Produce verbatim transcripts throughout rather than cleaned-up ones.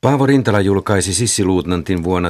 Paavo Rintala julkaisi Sissiluutnantin vuonna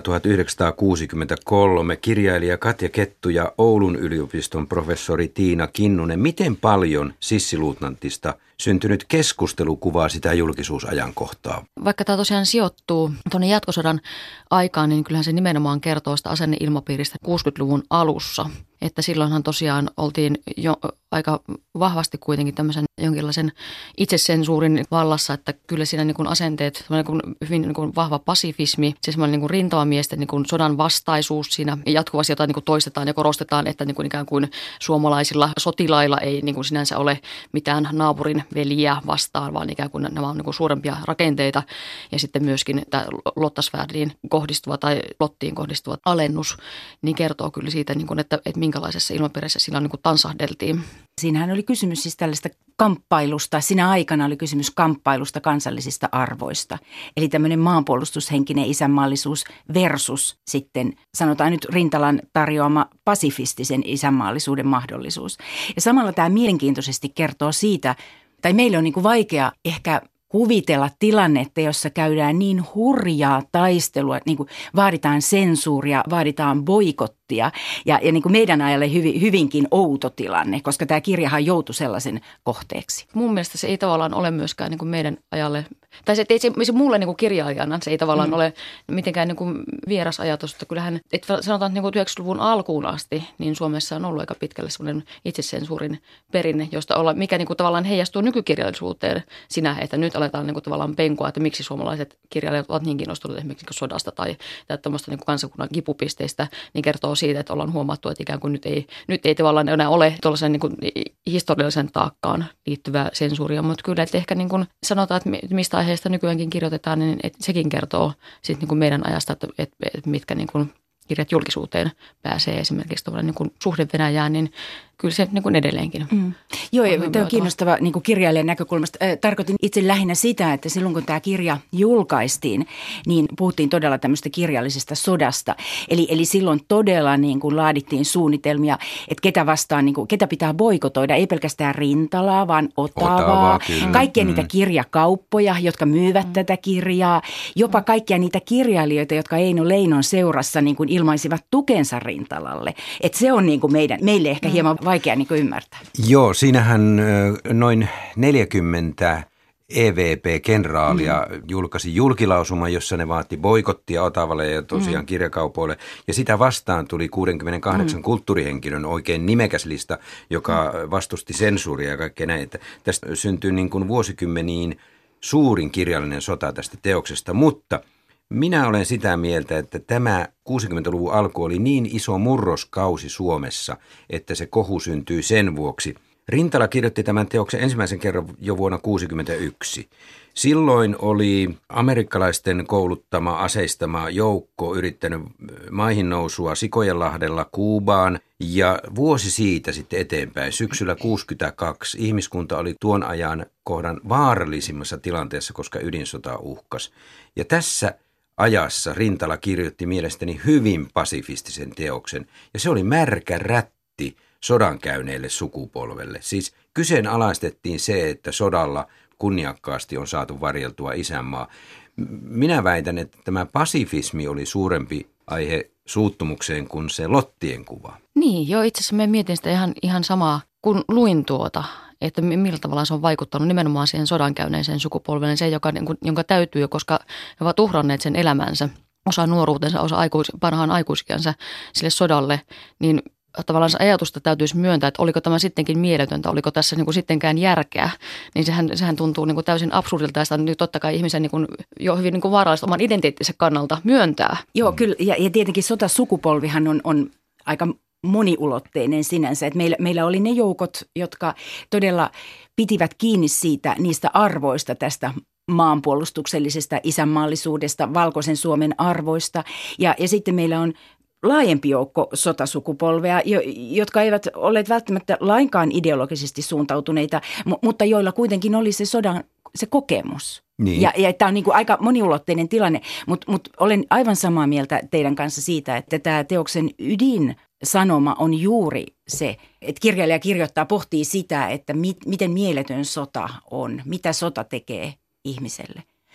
tuhatyhdeksänsataakuusikymmentäkolme. Kirjailija Katja Kettu ja Oulun yliopiston professori Tiina Kinnunen. Miten paljon Sissiluutnantista syntynyt keskustelu kuvaa sitä julkisuusajankohtaa? Vaikka tämä tosiaan sijoittuu tuonne jatkosodan aikaan, niin kyllähän se nimenomaan kertoo sitä asenneilmapiiristä kuusikymmentäluvun alussa. Että silloinhan tosiaan oltiin jo aika vahvasti kuitenkin tämmöisen jonkinlaisen itsesensuurin vallassa, että kyllä siinä niin kuin asenteet, niin kuin hyvin niin kuin vahva pasifismi, se semmoinen niin kuin rintamamiesten niin kuin sodan vastaisuus siinä jatkuvasti jotain niin kuin toistetaan ja korostetaan, että niin kuin ikään kuin suomalaisilla sotilailla ei niin kuin sinänsä ole mitään naapurin veliä vastaan, vaan ikään kuin nämä on niin kuin suurempia rakenteita ja sitten myöskin tämä Lottasvärdiin kohdistuva tai Lottiin kohdistuva alennus, niin kertoo kyllä siitä, niin kuin, että, että minkälaisessa ilmapiirissä siinä niin kuin tansahdeltiin. Siinähän oli kysymys siis tällaista kamppailusta, siinä aikana oli kysymys kamppailusta kansallisista arvoista. Eli tämmöinen maanpuolustushenkinen isänmaallisuus versus sitten sanotaan nyt Rintalan tarjoama pasifistisen isänmaallisuuden mahdollisuus. Ja samalla tämä mielenkiintoisesti kertoo siitä, tai meillä on niin kuin vaikea ehkä kuvitella tilannetta, jossa käydään niin hurjaa taistelua, niin kuin vaaditaan sensuuria, vaaditaan boikottia ja, ja niin kuin meidän ajalle hyvin, hyvinkin outo tilanne, koska tämä kirjahan joutui sellaisen kohteeksi. Mun mielestä se ei tavallaan ole myöskään niin kuin meidän ajalle, tai se, se, se mulle niin kuin kirjailijana se ei tavallaan mm. ole mitenkään niin kuin vieras ajatus, että kyllähän, että sanotaan, että niin kuin yhdeksänkymmentäluvun alkuun asti, niin Suomessa on ollut aika pitkälle sellainen itsesensuurin perinne, josta olla, mikä niin kuin tavallaan heijastuu nykykirjallisuuteen sinä, että nyt aletaan niin kuin tavallaan penkua, että miksi suomalaiset kirjailijat ovat niin kiinnostuneet esimerkiksi sodasta tai tämmöistä niin kuin kansakunnan kipupisteistä, niin kertoo siitä, että ollaan huomattu, että ikään kuin nyt ei, nyt ei tavallaan enää ole tuollaisen niin kuin historiallisen taakkaan liittyvää sensuuria, mutta kyllä, että ehkä niin kuin sanotaan, että mistä aiheesta nykyäänkin kirjoitetaan, niin että sekin kertoo sitten niin kuin meidän ajasta, että, että, että mitkä niin kuin kirjat julkisuuteen pääsee esimerkiksi tuollainen niin kuin suhde Venäjään, niin kyllä se niin kuin edelleenkin. Mm. Joo, on tämä on kiinnostava niin kuin kirjailijan näkökulmasta. Äh, tarkoitin itse lähinnä sitä, että silloin kun tämä kirja julkaistiin, niin puhuttiin todella tämmöistä kirjallisesta sodasta. Eli, eli silloin todella niin kuin laadittiin suunnitelmia, että ketä vastaan, niin kuin, ketä pitää boikotoida, ei pelkästään Rintalaa, vaan Otavaa. Otavaa kaikkia mm. niitä kirjakauppoja, jotka myyvät mm. tätä kirjaa. Jopa kaikkia niitä kirjailijoita, jotka Eino Leinon seurassa niin kuin ilmaisivat tukensa Rintalalle. Että se on niin kuin meidän, meille ehkä mm. hieman vaikea niin kuin ymmärtää. Joo, siinähän noin neljäkymmentä E V P-kenraalia mm. julkaisi julkilausuman, jossa ne vaati boikottia Otavalle ja tosiaan mm. kirjakaupoille. Ja sitä vastaan tuli kuusikymmentäkahdeksan mm. kulttuurihenkilön oikein nimekäs lista, joka mm. vastusti sensuuria ja kaikkea näin. Että tästä syntyy niin kuin vuosikymmeniin suurin kirjallinen sota tästä teoksesta, mutta minä olen sitä mieltä, että tämä kuusikymmentäluvun alku oli niin iso murroskausi Suomessa, että se kohu syntyi sen vuoksi. Rintala kirjoitti tämän teoksen ensimmäisen kerran jo vuonna tuhatyhdeksänsataakuusikymmentäyksi. Silloin oli amerikkalaisten kouluttama aseistama joukko yrittänyt maihin nousua Sikojenlahdella Kuubaan ja vuosi siitä sitten eteenpäin, syksyllä kuusikymmentäkaksi, ihmiskunta oli tuon ajan kohdan vaarallisimmassa tilanteessa, koska ydinsota uhkas. Ja tässä ajassa Rintala kirjoitti mielestäni hyvin pasifistisen teoksen ja se oli märkä rätti sodan käyneelle sukupolvelle. Siis kyseenalaistettiin se, että sodalla kunniakkaasti on saatu varjeltua isänmaa. Minä väitän, että tämä pasifismi oli suurempi aihe suuttumukseen kuin se Lottien kuva. Niin, joo, itse asiassa mä mietin sitä ihan, ihan samaa, kun luin tuota, että millä tavalla se on vaikuttanut nimenomaan siihen sodan käyneeseen sukupolvelle, se, joka, jonka täytyy, koska he ovat uhranneet sen elämänsä, osa nuoruutensa, osa aikuis, parhaan aikuisikänsä sille sodalle, niin tavallaan se ajatusta täytyisi myöntää, että oliko tämä sittenkin mieletöntä, oliko tässä niin kuin sittenkään järkeä, niin sehän, sehän tuntuu niin kuin täysin absurdilta ja sitä on nyt totta kai ihmisen niin kuin jo hyvin niin kuin vaarallista oman identiteettinsä kannalta myöntää. Joo, kyllä ja, ja tietenkin sotasukupolvihan on, on aika moniulotteinen sinänsä, että meillä, meillä oli ne joukot, jotka todella pitivät kiinni siitä, niistä arvoista tästä maanpuolustuksellisesta isänmaallisuudesta, valkoisen Suomen arvoista ja, ja sitten meillä on laajempi joukko sotasukupolvea, jotka eivät olleet välttämättä lainkaan ideologisesti suuntautuneita, mutta joilla kuitenkin oli se sodan se kokemus. Niin. Ja, ja tämä on niin kuin aika moniulotteinen tilanne, mutta mut olen aivan samaa mieltä teidän kanssa siitä, että tämä teoksen ydinsanoma on juuri se, että kirjailija kirjoittaa, pohtii sitä, että mit, miten mieletön sota on, mitä sota tekee ihmiselle.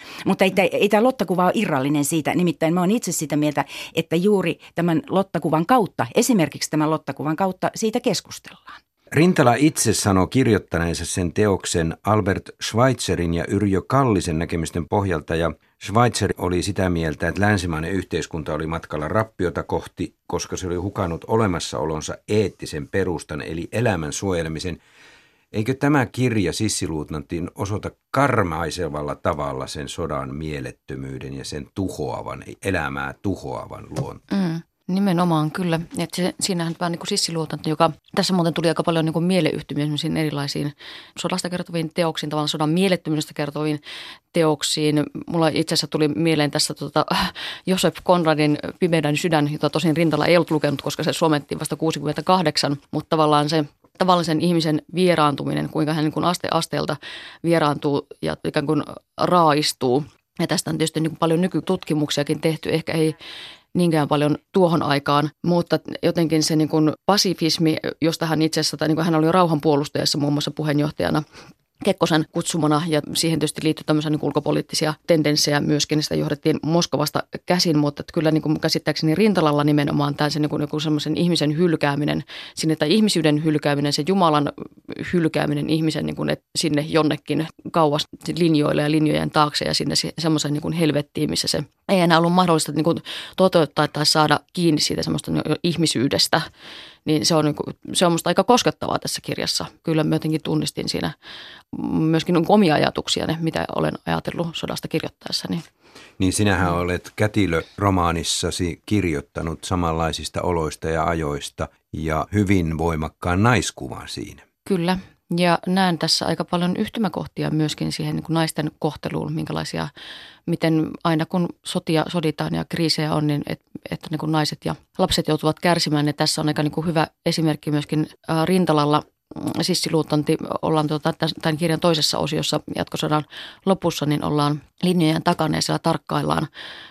Mutta ei, ei tämä Lotta-kuva ole irrallinen siitä. Nimittäin mä oon itse sitä mieltä, että juuri tämän Lotta-kuvan kautta, esimerkiksi tämän Lotta-kuvan kautta siitä keskustellaan. Rintala itse sanoo kirjoittaneensa sen teoksen Albert Schweitzerin ja Yrjö Kallisen näkemysten pohjalta, ja Schweitzer oli sitä mieltä, että länsimainen yhteiskunta oli matkalla rappiota kohti, koska se oli hukannut olemassaolonsa eettisen perustan eli elämän suojelemisen. Eikö tämä kirja Sissiluutnantin osoita karmaisevalla tavalla sen sodan mielettömyyden ja sen tuhoavan, elämää tuhoavan luonteen? Mm. Nimenomaan kyllä. Että se, siinähän vähän niin kuin Sissiluutantti, joka tässä muuten tuli aika paljon niin kuin mieleyhtymiä erilaisiin sodasta kertoviin teoksiin, tavallaan sodan mielettömyydestä kertoviin teoksiin. Mulla itse asiassa tuli mieleen tässä tuota, Joseph Conradin Pimeyden sydän, jota tosin Rintala ei ollut lukenut, koska se suomettiin vasta kuusikymmentäkahdeksan, mutta tavallaan se tavallisen ihmisen vieraantuminen, kuinka hän niin kuin aste asteelta vieraantuu ja ikään kuin raaistuu. Ja tästä on tietysti niin kuin paljon nykytutkimuksiakin tehty, ehkä ei niinkään paljon tuohon aikaan, mutta jotenkin se niin kuin pasifismi, josta hän itse asiassa, tai niin kuin hän oli jo rauhanpuolustajassa muun muassa puheenjohtajana Kekkosen kutsumana, ja siihen tietysti liittyi tämmöisiä niin kuin ulkopoliittisia tendenssejä myöskin, sitä johdettiin Moskovasta käsin, mutta että kyllä niin kuin käsittääkseni Rintalalla nimenomaan tämä se niin kuin, niin kuin semmoisen ihmisen hylkääminen sinne, tai ihmisyyden hylkääminen, se Jumalan hylkääminen ihmisen niin kuin, että sinne jonnekin kauas linjoille ja linjojen taakse ja sinne semmoisen niin kuin helvettiin, missä se ei enää ollut mahdollista niin kuin toteuttaa tai saada kiinni siitä semmoista ihmisyydestä. Niin se on, niin kuin, se on musta aika koskettavaa tässä kirjassa. Kyllä mä jotenkin tunnistin siinä myöskin omia ajatuksia, ne, mitä olen ajatellut sodasta kirjoittaessani. Niin sinähän olet Kätilö-romaanissasi kirjoittanut samanlaisista oloista ja ajoista ja hyvin voimakkaan naiskuvan siinä. Kyllä. Ja näen tässä aika paljon yhtymäkohtia myöskin siihen niin kuin naisten kohteluun, minkälaisia, miten aina kun sotia soditaan ja kriisejä on, niin et, että niin kuin naiset ja lapset joutuvat kärsimään. Ja tässä on aika niin kuin hyvä esimerkki myöskin Rintalalla. Sissiluutantti ollaan tuota, tämän kirjan toisessa osiossa jatkosodan lopussa, niin ollaan linjojen takana ja siellä tarkkaillaan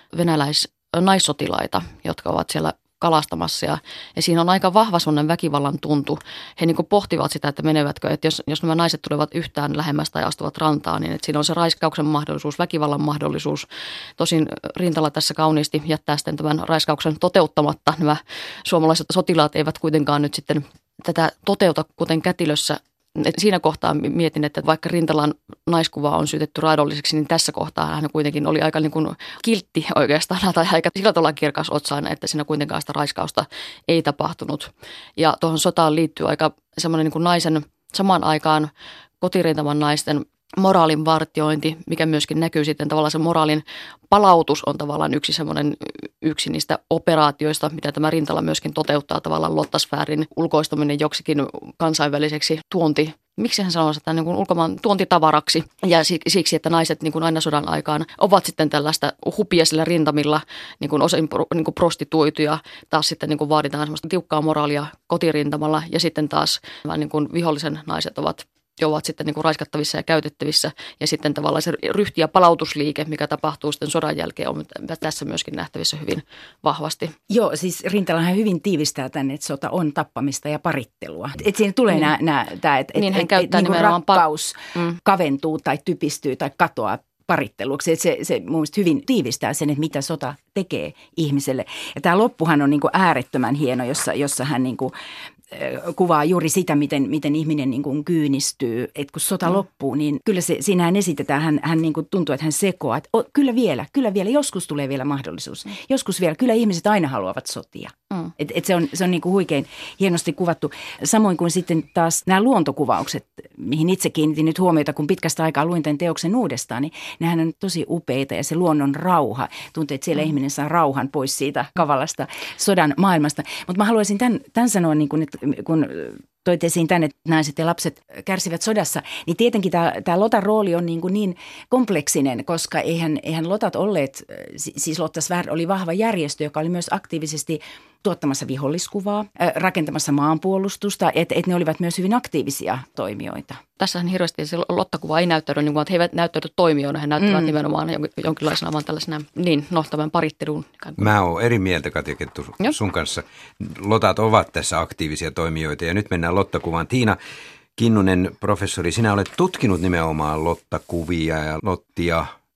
venäläis-naissotilaita, jotka ovat siellä kalastamassa ja, ja siinä on aika vahva sellainen väkivallan tuntu. He niin kuin pohtivat sitä, että menevätkö, että jos, jos nämä naiset tulevat yhtään lähemmästä ja astuvat rantaan, niin että siinä on se raiskauksen mahdollisuus, väkivallan mahdollisuus. Tosin Rintala tässä kauniisti jättää sitten tämän raiskauksen toteuttamatta. Nämä suomalaiset sotilaat eivät kuitenkaan nyt sitten tätä toteuta, kuten Kätilössä. Siinä kohtaa mietin, että vaikka Rintalan naiskuva on syytetty raadolliseksi, niin tässä kohtaa hän kuitenkin oli aika niin kuin kiltti oikeastaan tai aika sillä tavalla kirkas otsainen, että siinä kuitenkaan sitä raiskausta ei tapahtunut. Ja tuohon sotaan liittyy aika semmoinen niin kuin naisen samaan aikaan kotirintaman naisten moraalin vartiointi, mikä myöskin näkyy sitten tavallaan se moraalin palautus on tavallaan yksi semmoinen yksi niistä operaatioista, mitä tämä Rintala myöskin toteuttaa tavallaan lottasfäärin ulkoistaminen joksikin kansainväliseksi tuonti. Miksi hän sanoo sitä niin kuin ulkomaan tuontitavaraksi ja siksi, että naiset niin kuin aina sodan aikaan ovat sitten tällaista hupia sillä rintamilla, niin kuin osin niin kuin prostituoituja, taas sitten niin kuin vaaditaan semmoista tiukkaa moraalia kotirintamalla ja sitten taas niin kuin vihollisen naiset ovat ovat sitten niin kuin raiskattavissa ja käytettävissä. Ja sitten tavallaan se ryhti- ja palautusliike, mikä tapahtuu sitten sodan jälkeen, on tässä myöskin nähtävissä hyvin vahvasti. Joo, siis Rintalahan hyvin tiivistää tänne, että sota on tappamista ja parittelua. Että siinä tulee niin. nämä, tämä, että niin, et, et, niin rakkaus pa- mm. kaventuu tai typistyy tai katoaa paritteluksi. Että se, se mun mielestä hyvin tiivistää sen, että mitä sota tekee ihmiselle. Ja tämä loppuhan on niin kuin äärettömän hieno, jossa, jossa hän niin kuin kuvaa juuri sitä, miten, miten ihminen niin kuin kyynistyy, että kun sota mm. loppuu, niin kyllä se, siinähän esitetään, hän, hän niin kuin tuntuu, että hän sekoaa, että o, kyllä vielä, kyllä vielä, joskus tulee vielä mahdollisuus, mm. joskus vielä, kyllä ihmiset aina haluavat sotia. Mm. Et, et se on, se on niin kuin huikein hienosti kuvattu. Samoin kuin sitten taas nämä luontokuvaukset, mihin itse kiinnitin nyt huomiota, kun pitkästä aikaa luin tämän teoksen uudestaan, niin nehän on tosi upeita ja se luonnon rauha, tuntuu, että siellä mm. ihminen saa rauhan pois siitä kavalasta sodan maailmasta. Mutta mä haluaisin tämän, tämän sanoa, niin kuin, että kun toit esiin tänne, että naiset ja lapset kärsivät sodassa, niin tietenkin tämä, tämä Lotan rooli on niin, kuin niin kompleksinen, koska eihän, eihän Lotat olleet, siis Lottasvärd oli vahva järjestö, joka oli myös aktiivisesti tuottamassa viholliskuvaa, rakentamassa maanpuolustusta, että et ne olivat myös hyvin aktiivisia toimijoita. Tässähän hirveästi se Lotta-kuva ei näyttäydy, niin kuin, että he eivät näyttäydy toimijoina, he näyttävät mm. nimenomaan jonkinlaisena vaan tällaisena, niin, no tämän parittelun. Mä oon eri mieltä, Katja Kettu, sun kanssa. Lotat ovat tässä aktiivisia toimijoita ja nyt mennään Lotta-kuvaan. Tiina Kinnunen, professori, sinä olet tutkinut nimenomaan Lotta-kuvia ja Lottia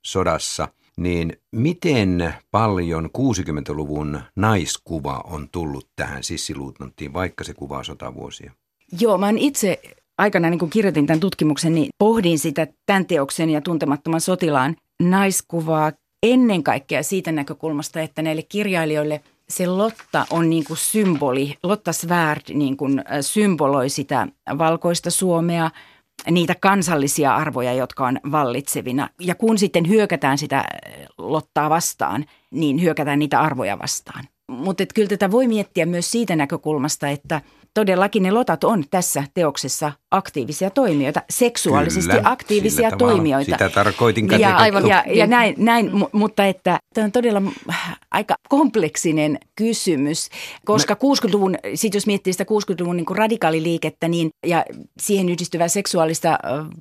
sodassa, niin miten paljon kuusikymmentäluvun naiskuva on tullut tähän sissiluutnanttiin, vaikka se kuvaa sotavuosia? Joo, mä oon itse aikana, niin kun kirjoitin tämän tutkimuksen, niin pohdin sitä tämän teoksen ja Tuntemattoman sotilaan naiskuvaa ennen kaikkea siitä näkökulmasta, että näille kirjailijoille se Lotta on niin kuin symboli. Lotta Svärd niin kuin symboloi sitä valkoista Suomea, niitä kansallisia arvoja, jotka on vallitsevina. Ja kun sitten hyökätään sitä Lottaa vastaan, niin hyökätään niitä arvoja vastaan. Mutta kyllä tätä voi miettiä myös siitä näkökulmasta, että todellakin ne lotat on tässä teoksessa aktiivisia toimijoita, seksuaalisesti Kyllä, aktiivisia sillä tavalla. toimijoita. Sitä tarkoitin. Ja, aivan. ja, ja näin, näin, mutta että tämä on todella aika kompleksinen kysymys, koska Mä... kuusikymmentäluvun, sit jos miettii sitä kuusikymmentäluvun niin kuin radikaaliliikettä niin, ja siihen yhdistyvää seksuaalista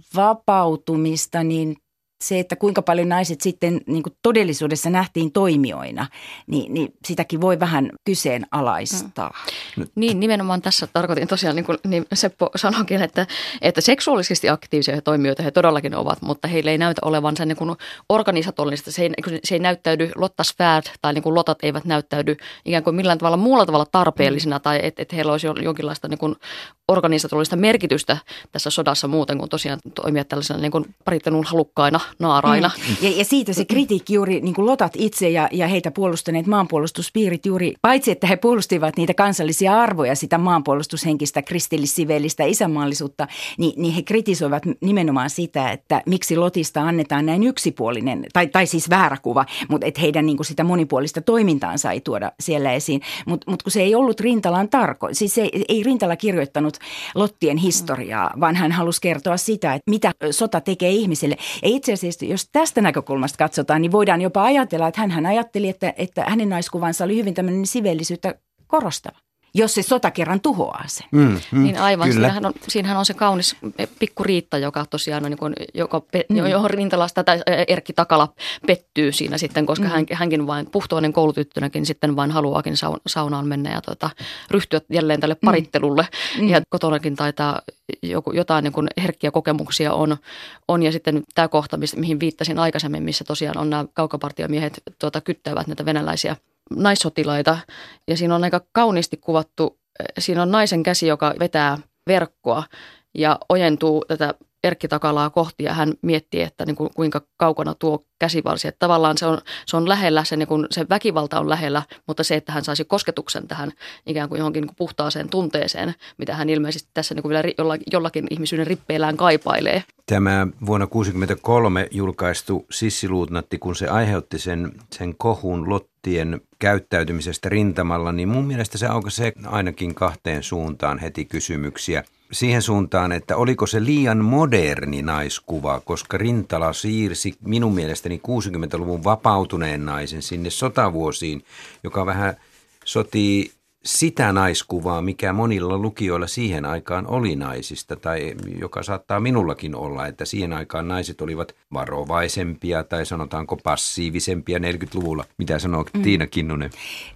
vapautumista, niin se, että kuinka paljon naiset sitten niin kuin todellisuudessa nähtiin toimijoina, niin, niin sitäkin voi vähän kyseenalaistaa. Mm. Niin, nimenomaan tässä tarkoitin tosiaan, niin kuin niin Seppo sanoikin, että, että seksuaalisesti aktiivisia toimijoita he todellakin ovat, mutta heillä ei näytä olevan sen niin kuin organisatorista. Se ei, se ei näyttäydy, Lotta Svärd tai niin kuin lotat eivät näyttäydy ikään kuin millään tavalla muulla tavalla tarpeellisena, mm. tai että et heillä olisi jonkinlaista niin kuin organisatorista merkitystä tässä sodassa muuten kuin tosiaan toimia tällaisena niin kuin parittelun halukkaina naaraina. Mm. Ja, ja siitä se kritiikki juuri niin kuin lotat itse ja, ja heitä puolustaneet maanpuolustuspiirit juuri, paitsi että he puolustivat niitä kansallisia arvoja, sitä maanpuolustushenkistä, kristillissivellistä isänmaallisuutta, niin, niin he kritisoivat nimenomaan sitä, että miksi Lotista annetaan näin yksipuolinen, tai, tai siis väärä kuva, mutta että heidän niin kuin sitä monipuolista toimintaansa ei tuoda siellä esiin. Mutta mut kun se ei ollut Rintalan tarko, siis se, ei Rintala kirjoittanut Lottien historiaa, vaan hän halusi kertoa sitä, että mitä sota tekee ihmiselle. Ja itse asiassa, jos tästä näkökulmasta katsotaan, niin voidaan jopa ajatella, että hän ajatteli, että, että hänen naiskuvansa oli hyvin tämmöinen siveellisyyttä korostava, jos se sota kerran tuhoaa sen. Mm, mm, niin aivan, siinähän on, siinähän on se kaunis pikku Riitta, joka tosiaan on, niin kuin, joka, mm. johon Rintalasta tai Erkki Takala pettyy siinä sitten, koska mm. hän, hänkin vain puhtoinen koulutyttönäkin sitten vain haluaakin saun, saunaan mennä ja tota, ryhtyä jälleen tälle parittelulle. Mm. Ja kotonakin taitaa joku, jotain niin kuin herkkiä kokemuksia on, on. Ja sitten tämä kohta, mihin viittasin aikaisemmin, missä tosiaan on nämä kaukopartiomiehet tuota, kyttäävät näitä venäläisiä naissotilaita, ja siinä on aika kauniisti kuvattu, siinä on naisen käsi, joka vetää verkkoa ja ojentuu tätä Erkki Takalaa kohti, ja hän miettii, että niin kuin, kuinka kaukana tuo käsivarsi, että tavallaan se on, se on lähellä, se, niin kuin, se väkivalta on lähellä, mutta se, että hän saisi kosketuksen tähän ikään kuin johonkin niin kuin puhtaaseen tunteeseen, mitä hän ilmeisesti tässä niin kuin vielä jollakin, jollakin ihmisyyden rippeillään kaipailee. Tämä vuonna tuhatyhdeksänsataakuusikymmentäkolme julkaistu Sissiluutnantti, kun se aiheutti sen, sen kohun Lottien käyttäytymisestä rintamalla, niin mun mielestä se aukaisi ainakin kahteen suuntaan heti kysymyksiä. Siihen suuntaan, että oliko se liian moderni naiskuva, koska Rintala siirsi minun mielestäni kuusikymmentäluvun vapautuneen naisen sinne sotavuosiin, joka vähän sotii sitä naiskuvaa, mikä monilla lukijoilla siihen aikaan oli naisista, tai joka saattaa minullakin olla, että siihen aikaan naiset olivat varovaisempia tai sanotaanko passiivisempia neljäkymmentäluvulla. Mitä sanoo mm. Tiina Kinnunen?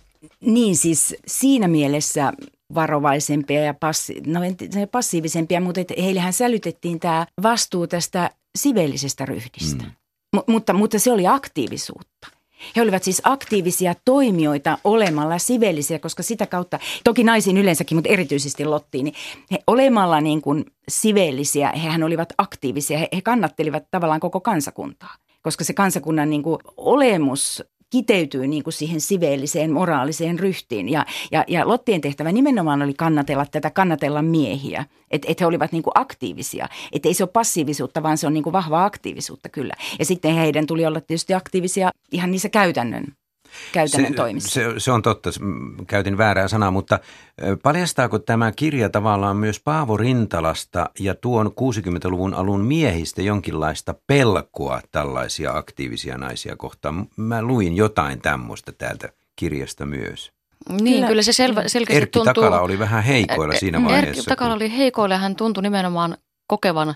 Niin siis siinä mielessä varovaisempia ja passi, no, passiivisempia, mutta heillehän sälytettiin tämä vastuu tästä siveellisestä ryhdistä, mm. M- mutta, mutta se oli aktiivisuutta. He olivat siis aktiivisia toimijoita olemalla siveellisiä, koska sitä kautta, toki naisiin yleensäkin, mutta erityisesti Lottiin, niin he olemalla niin kuin siveellisiä, hehän olivat aktiivisia, he, he kannattelivat tavallaan koko kansakuntaa, koska se kansakunnan niin kuin olemus kiteytyy niin kuin siihen siveelliseen moraaliseen ryhtiin. Ja, ja, ja Lottien tehtävä nimenomaan oli kannatella tätä, kannatella miehiä, että et he olivat niin kuin aktiivisia. Että ei se ole passiivisuutta, vaan se on niin kuin vahvaa aktiivisuutta kyllä. Ja sitten heidän tuli olla tietysti aktiivisia ihan niissä käytännön, käytännön se, toimissa. Se, se on totta, käytin väärää sanaa, mutta paljastaako tämä kirja tavallaan myös Paavo Rintalasta ja tuon kuusikymmentäluvun alun miehistä jonkinlaista pelkoa tällaisia aktiivisia naisia kohtaan? Mä luin jotain tämmöistä täältä kirjasta myös. Niin, kyllä, kyllä se selvä, selkeästi Erkki tuntuu. Takala oli vähän heikoilla siinä vaiheessa. Erkki Takala oli heikoilla ja hän tuntui nimenomaan kokevan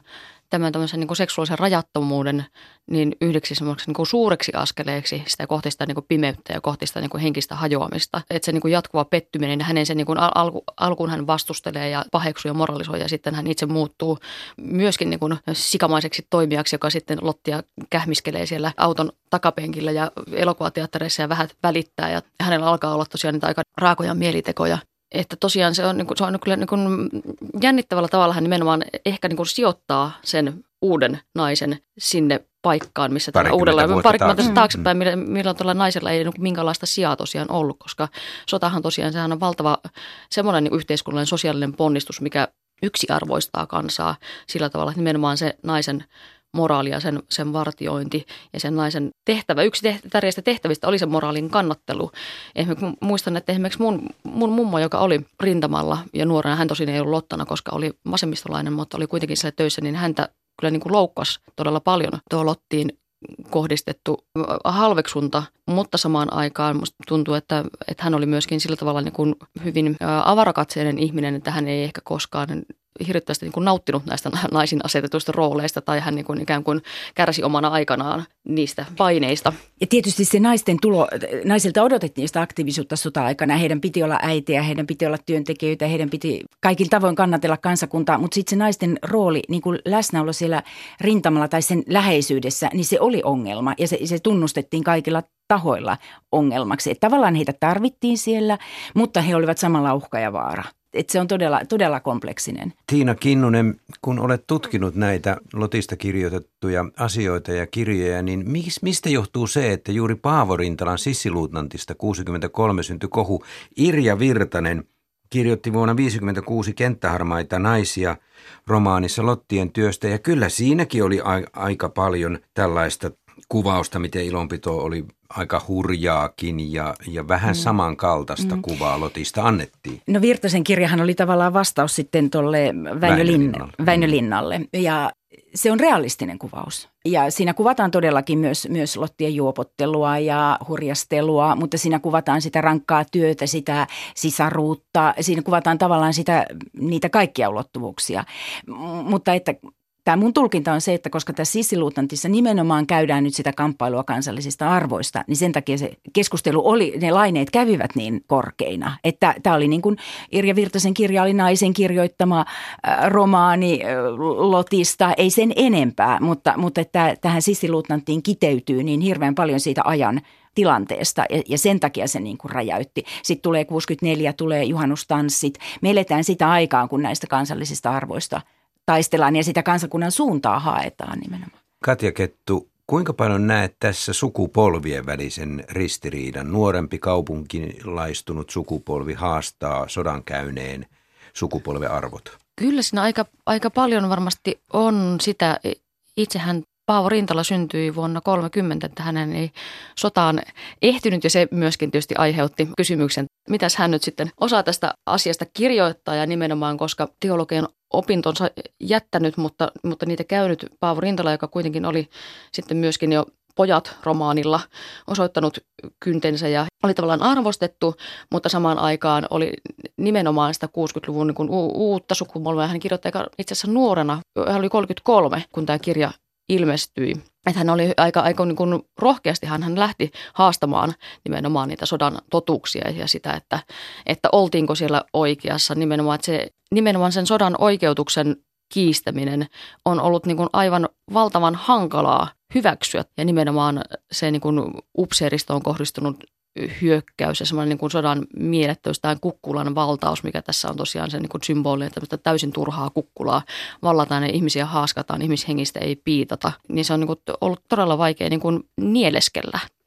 tämän tämmöisen niin kuin seksuaalisen rajattomuuden niin yhdeksi semmoiseksi niin kuin suureksi askeleeksi sitä kohti sitä niin kuin pimeyttä ja kohti sitä niin kuin henkistä hajoamista. Että se niin kuin jatkuva pettyminen, niin hänen se niin kuin alku, alkuun hän vastustelee ja paheksuu ja moralisoi ja sitten hän itse muuttuu myöskin niin kuin sikamaiseksi toimijaksi, joka sitten Lottia kähmiskelee siellä auton takapenkillä ja elokuvateattereissa ja vähän välittää ja hänellä alkaa olla tosiaan niitä aika raakoja mielitekoja. Että tosiaan se on, niin kuin, se on kyllä niin kuin jännittävällä tavalla hän nimenomaan ehkä niin kuin sijoittaa sen uuden naisen sinne paikkaan, missä tällä uudella parikymmentä mm. taaksepäin, millä, millä tällä naisella ei niin kuin minkäänlaista sijaa tosiaan ollut, koska sotahan tosiaan sehän on valtava semmoinen niin yhteiskunnallinen sosiaalinen ponnistus, mikä yksiarvoistaa kansaa sillä tavalla, että nimenomaan se naisen moraali ja sen, sen vartiointi ja sen naisen tehtävä. Yksi tehtä, tärkeistä tehtävistä oli se moraalin kannattelu. Esimerkiksi muistan, että esimerkiksi mun, mun mummo, joka oli rintamalla ja nuorena, hän tosin ei ollut lottana, koska oli vasemmistolainen, mutta oli kuitenkin siellä töissä, niin häntä kyllä niin kuin loukkasi todella paljon tuo Lottiin kohdistettu halveksunta, mutta samaan aikaan musta tuntuu, että, että hän oli myöskin sillä tavalla niin kuin hyvin avarakatseinen ihminen, että hän ei ehkä koskaan hirvittävästi niin kuin nauttinut näistä naisin asetetuista rooleista tai hän niin kuin ikään kuin kärsi omana aikanaan niistä paineista. Ja tietysti se naisten tulo, naisilta odotettiin sitä aktiivisuutta sota-aikana. Heidän piti olla äitiä, heidän piti olla työntekijöitä, heidän piti kaikilla tavoin kannatella kansakuntaa, mutta sitten se naisten rooli, niin kuin läsnäolo siellä rintamalla tai sen läheisyydessä, niin se oli ongelma ja se, se tunnustettiin kaikilla tahoilla ongelmaksi. Että tavallaan heitä tarvittiin siellä, mutta he olivat samalla uhka ja vaara. Että se on todella, todella kompleksinen. Tiina Kinnunen, kun olet tutkinut näitä Lotista kirjoitettuja asioita ja kirjoja, niin mistä johtuu se, että juuri Paavo Rintalan sissiluutnantista kuusikymmentäkolme syntyi kohu? Irja Virtanen kirjoitti vuonna viisikymmentäkuusi Kenttäharmaita naisia romaanissa Lottien työstä, ja kyllä siinäkin oli a- aika paljon tällaista kuvausta, miten ilonpito oli aika hurjaakin ja, ja vähän samankaltaista mm. kuvaa Lotista annettiin. No Virtasen kirjahan oli tavallaan vastaus sitten tuolle Väinö, Lin, Väinö Linnalle ja se on realistinen kuvaus. Ja siinä kuvataan todellakin myös, myös Lottien juopottelua ja hurjastelua, mutta siinä kuvataan sitä rankkaa työtä, sitä sisaruutta, siinä kuvataan tavallaan sitä, niitä kaikkia ulottuvuuksia, M- mutta että tämä mun tulkinta on se, että koska tässä sissiluutnantissa nimenomaan käydään nyt sitä kamppailua kansallisista arvoista, niin sen takia se keskustelu oli, ne laineet kävivät niin korkeina. Että tämä oli niin kuin Irja Virtasen kirja oli naisen kirjoittama romaani Lotista, ei sen enempää, mutta, mutta että tähän sissiluutnanttiin kiteytyy niin hirveän paljon siitä ajan tilanteesta ja, ja sen takia se niin kuin räjäytti. Sitten tulee kuusikymmentäneljä, tulee juhannustanssit. Me eletään sitä aikaa, kun näistä kansallisista arvoista taistellaan ja sitä kansakunnan suuntaa haetaan nimenomaan. Katja Kettu, kuinka paljon näet tässä sukupolvien välisen ristiriidan? Nuorempi kaupunkilaistunut sukupolvi haastaa sodan käyneen sukupolven arvot. Kyllä siinä aika, aika paljon varmasti on sitä. Itsehän Paavo Rintala syntyi vuonna kolmekymmentä, että hänen ei sotaan ehtinyt ja se myöskin tietysti aiheutti kysymyksen, mitäs hän nyt sitten osaa tästä asiasta kirjoittaa ja nimenomaan, koska teologian opintonsa jättänyt, mutta, mutta niitä käynyt Paavo Rintala, joka kuitenkin oli sitten myöskin jo Pojat romaanilla osoittanut kyntensä ja oli tavallaan arvostettu, mutta samaan aikaan oli nimenomaan sitä kuusikymmentäluvun niin kuin u- uutta sukupolvea. Hän kirjoitti itse asiassa nuorena, hän oli kolmekymmentäkolme, kun tämä kirja ilmestyi. Että hän oli aika, aika niin kuin rohkeasti, hän, hän lähti haastamaan nimenomaan niitä sodan totuuksia ja sitä, että, että oltiinko siellä oikeassa. Nimenomaan, että se, nimenomaan sen sodan oikeutuksen kiistäminen on ollut niin kuin aivan valtavan hankalaa hyväksyä. Ja nimenomaan se niin kuin upseeristoon kohdistunut hyökkäys ja semmoinen niin kuin sodan mielettöys, tämä kukkulan valtaus, mikä tässä on tosiaan se niin kuin symbolinen, tämmöistä täysin turhaa kukkulaa. Vallataan ja ihmisiä haaskataan, ihmishengistä ei piitata. Niin se on niin kuin ollut todella vaikea niin kuin nieleskellä.